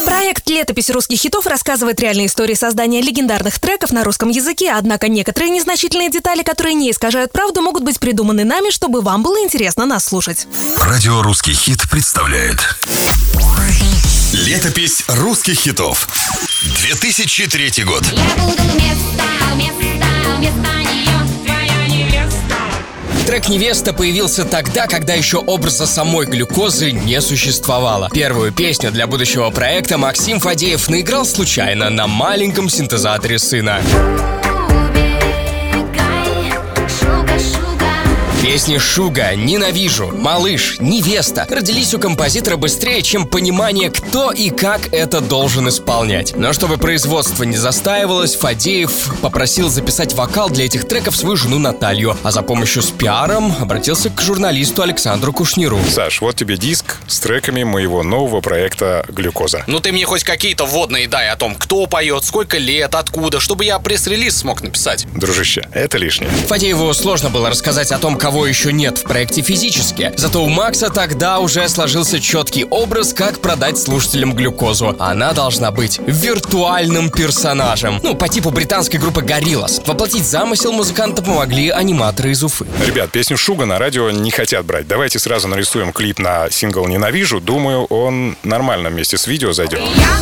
Проект «Летопись русских хитов» рассказывает реальные истории создания легендарных треков на русском языке, однако некоторые незначительные детали, которые не искажают правду, могут быть придуманы нами, чтобы вам было интересно нас слушать. Радио «Русский хит» представляет «Летопись русских хитов». 2003 год. Я буду вместо нее твоя невеста. Трек «Невеста» появился тогда, когда еще образа самой глюкозы не существовало. Первую песню для будущего проекта Максим Фадеев наиграл случайно на маленьком синтезаторе сына. Песни «Шуга», «Ненавижу», «Малыш», «Невеста» родились у композитора быстрее, чем понимание, кто и как это должен исполнять. Но чтобы производство не застаивалось, Фадеев попросил записать вокал для этих треков свою жену Наталью, а за помощью с пиаром обратился к журналисту Александру Кушниру. Саш, вот тебе диск с треками моего нового проекта «Глюкоза». Ну ты мне хоть какие-то вводные дай о том, кто поет, сколько лет, откуда, чтобы я пресс-релиз смог написать. Дружище, это лишнее. Фадееву сложно было рассказать о том, кого еще нет в проекте физически. Зато у Макса тогда уже сложился четкий образ, как продать слушателям глюкозу. Она должна быть виртуальным персонажем. По типу британской группы Gorillaz. Воплотить замысел музыканта помогли аниматоры из Уфы. Ребят, песню «Шуга» на радио не хотят брать. Давайте сразу нарисуем клип на сингл «Ненавижу». Думаю, он нормально вместе с видео зайдет.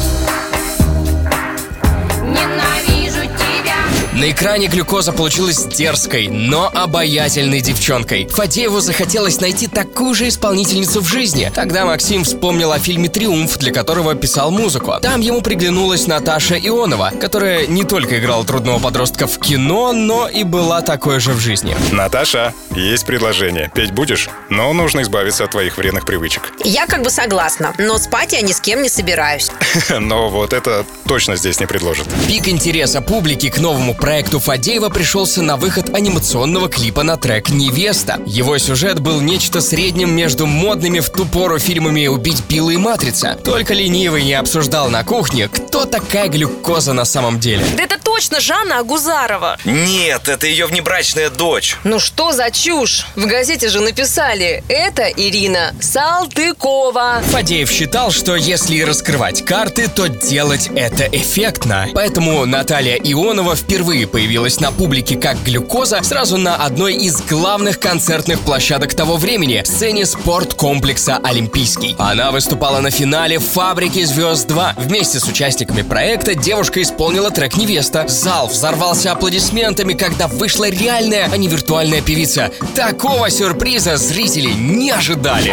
На экране глюкоза получилась дерзкой, но обаятельной девчонкой. Фадееву захотелось найти такую же исполнительницу в жизни. Тогда Максим вспомнил о фильме «Триумф», для которого писал музыку. Там ему приглянулась Наташа Ионова, которая не только играла трудного подростка в кино, но и была такой же в жизни. Наташа, есть предложение. Петь будешь? Но нужно избавиться от твоих вредных привычек. Я согласна, но спать я ни с кем не собираюсь. Но вот это точно здесь не предложат. Пик интереса публики к новому проекту Фадеева пришелся на выход анимационного клипа на трек «Невеста». Его сюжет был нечто средним между модными в ту пору фильмами «Убить Билла» и «Матрица». Только ленивый не обсуждал на кухне, кто такая глюкоза на самом деле. Да это точно Жанна Агузарова. Нет, это ее внебрачная дочь. Ну что за чушь? В газете же написали: это Ирина Салтыкова. Фадеев считал, что если раскрывать карты, то делать это эффектно. Поэтому Наталья Ионова впервые появилась на публике как глюкоза сразу на одной из главных концертных площадок того времени – сцене спорткомплекса «Олимпийский». Она выступала на финале «Фабрики звезд 2». Вместе с участниками проекта девушка исполнила трек «Невеста». Зал взорвался аплодисментами, когда вышла реальная, а не виртуальная певица. Такого сюрприза зрители не ожидали.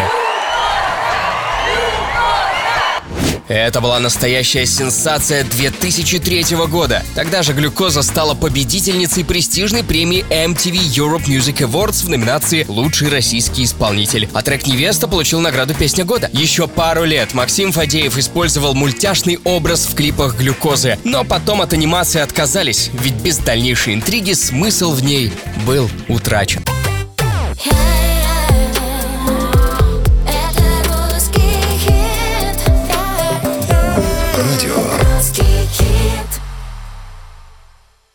Это была настоящая сенсация 2003 года. Тогда же глюкоза стала победительницей престижной премии MTV Europe Music Awards в номинации «Лучший российский исполнитель». А трек «Невеста» получил награду «Песня года». Еще пару лет Максим Фадеев использовал мультяшный образ в клипах глюкозы. Но потом от анимации отказались, ведь без дальнейшей интриги смысл в ней был утрачен.